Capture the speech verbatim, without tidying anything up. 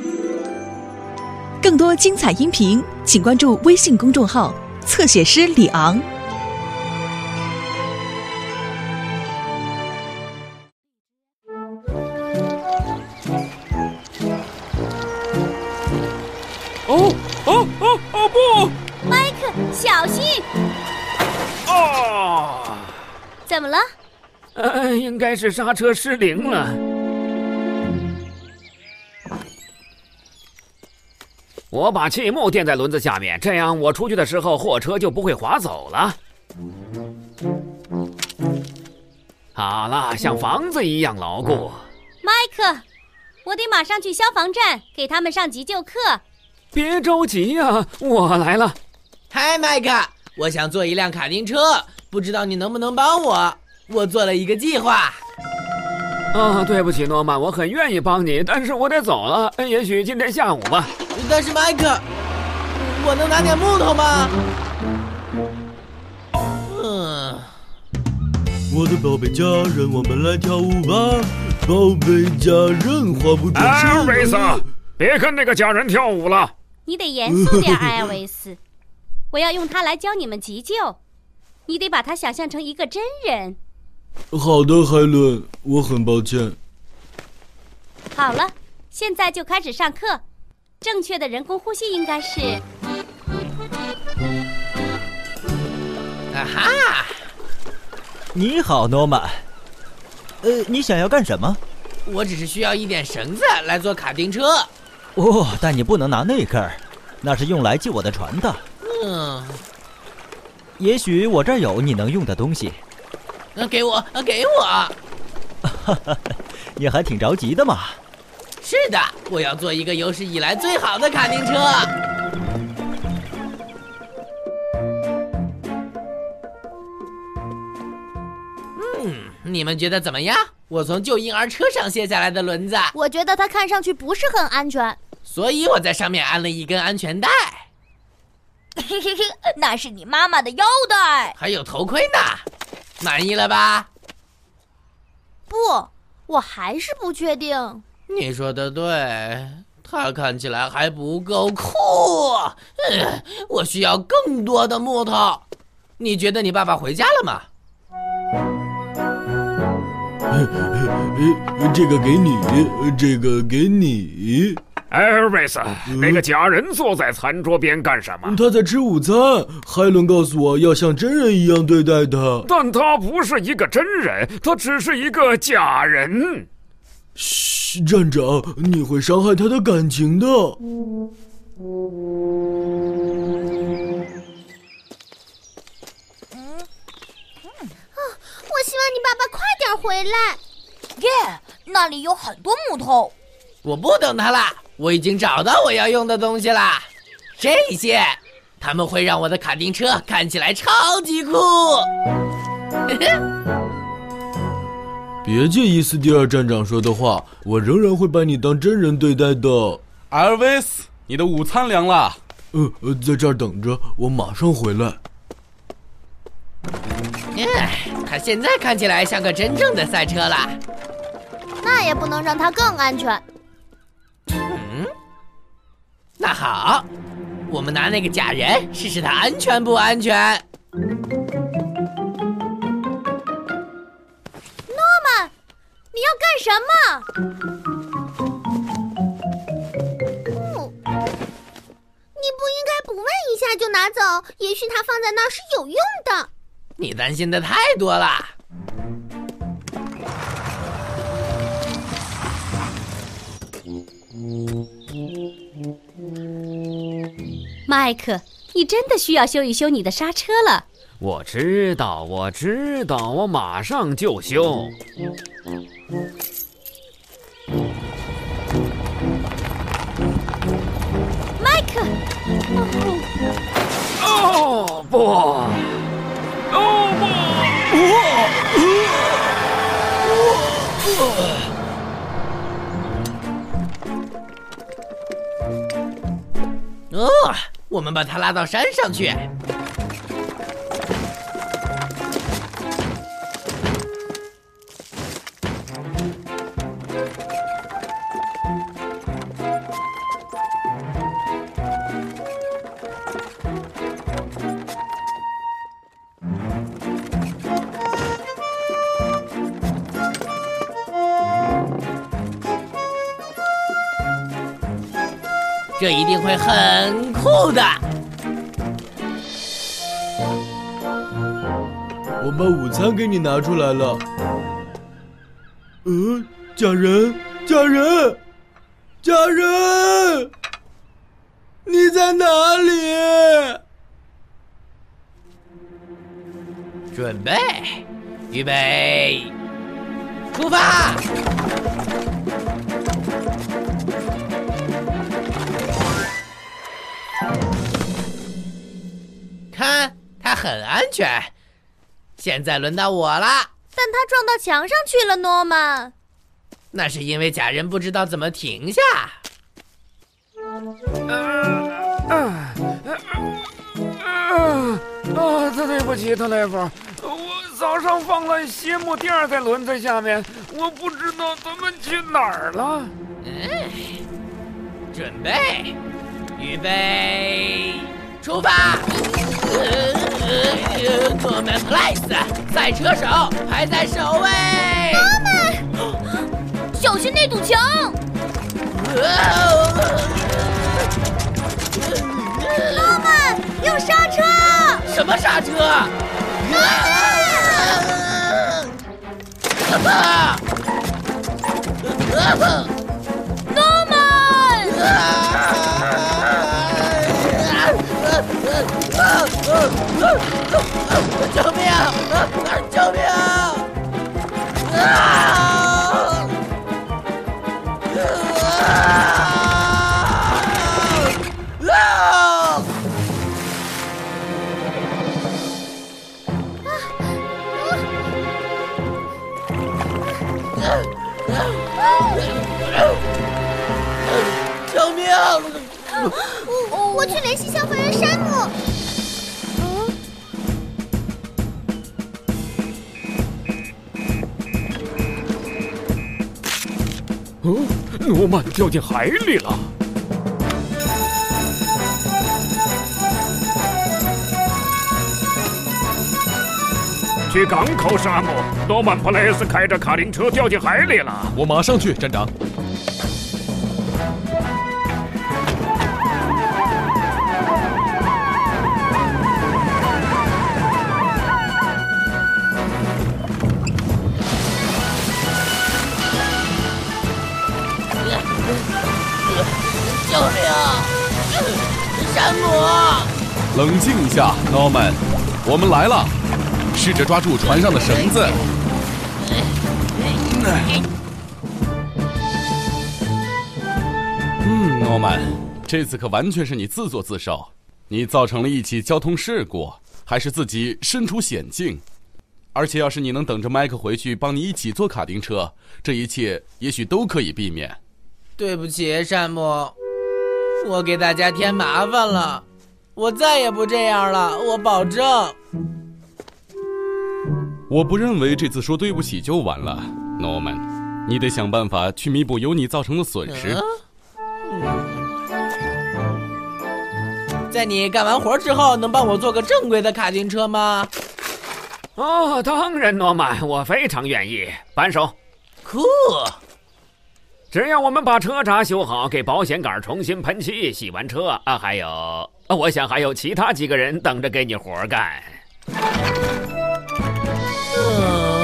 更多精彩音频，请关注微信公众号“侧写师李昂”。 哦哦哦哦不！ 麦克，小心！ 哦， 怎么了？ 呃，应该是刹车失灵了。我把气幕垫在轮子下面，这样我出去的时候货车就不会滑走了。好了，像房子一样牢固。 麦克，我得马上去消防站给他们上急救课。 别着急啊，我来了。 嗨，麦克，我想坐一辆卡丁车，不知道你能不能帮我？我做了一个计划。 啊，对不起，诺曼，我很愿意帮你，但是我得走了，也许今天下午吧。 但是麦克，我能拿点木头吗？嗯。 我的宝贝家人，我们来跳舞吧！宝贝家人，话不转身。 艾尔维斯，别跟那个假人跳舞了。 你得严肃点，艾尔维斯。我要用它来教你们急救。你得把它想象成一个真人。 好的，海伦，我很抱歉。 好了，现在就开始上课。正确的人工呼吸应该是…… 啊哈！ 你好，诺曼。呃，你想要干什么？ 我只是需要一点绳子来做卡丁车。 哦，但你不能拿那根儿，那是用来系我的船的。 嗯。 也许我这儿有你能用的东西。 给我，给我！ 你还挺着急的嘛。 是的，我要做一个有史以来最好的卡丁车。嗯，你们觉得怎么样？我从旧婴儿车上卸下来的轮子， 我觉得它看上去不是很安全， 所以我在上面安了一根安全带。 嘿嘿嘿，那是你妈妈的腰带， 还有头盔呢。满意了吧？ 不，我还是不确定。 你说的对，它看起来还不够酷。嗯，我需要更多的木头。你觉得你爸爸回家了吗？ 这个给你，这个给你。 艾尔维斯，那个假人坐在餐桌边干什么？ 他在吃午餐。海伦告诉我要像真人一样对待他。 但他不是一个真人，他只是一个假人。 嘘，站长，你会伤害他的感情的。 嗯，啊，我希望你爸爸快点回来。 耶，那里有很多木头。 我不等他了，我已经找到我要用的东西了。这些，他们会让我的卡丁车看起来超级酷。 别介意斯蒂尔站长说的话，我仍然会把你当真人对待的。 艾尔维斯，你的午餐凉了。 呃呃，在这儿等着，我马上回来。 哎，他现在看起来像个真正的赛车了。 那也不能让它更安全。 嗯，那好，我们拿那个假人试试它安全不安全。 诺曼，你要干什么？嗯，你不应该不问一下就拿走，也许它放在那儿是有用的。 你担心的太多了。 麦克，你真的需要修一修你的刹车了。 我知道，我知道，我马上就修。 麦克， 哦不，哦不， 哦，我们把它拉到山上去。 这一定会很酷的。 我把午餐给你拿出来了。呃，家人，家人，家人，你在哪里？ 准备，预备，出发！看，它很安全。现在轮到我啦！ 但他撞到墙上去了，诺曼。 那是因为假人不知道怎么停下。 啊啊！对不起，特雷弗，我早上放了谢幕垫在轮子下面，我不知道他们去哪儿了。 嗯，准备，预备，出发！诺曼普莱斯，赛车手排在首位。 诺曼，小心那堵墙！诺曼，用刹车！ 什么刹车？ 诺曼！诺曼！ 救命！救命！啊！救命！ 我我去联系消防员山姆。 哦，诺曼掉进海里了。去港口，沙漠。诺曼普莱斯开着卡丁车掉进海里了。 我马上去，站长。 救命！山姆， 冷静一下，诺曼，我们来了。试着抓住船上的绳子。嗯，诺曼，这次可完全是你自作自受。你造成了一起交通事故，还是自己身处险境。而且要是你能等着麦克回去帮你一起坐卡丁车，这一切也许都可以避免。 对不起，山姆，我给大家添麻烦了，我再也不这样了，我保证。 我不认为这次说对不起就完了，诺曼，你得想办法去弥补由你造成的损失。 嗯嗯、在你干完活之后，能帮我做个正规的卡丁车吗？ 哦，当然，诺曼，我非常愿意。扳手， 酷。 只要我们把车闸修好，给保险杆重新喷漆，洗完车啊，还有，啊，我想还有其他几个人等着给你活干。 嗯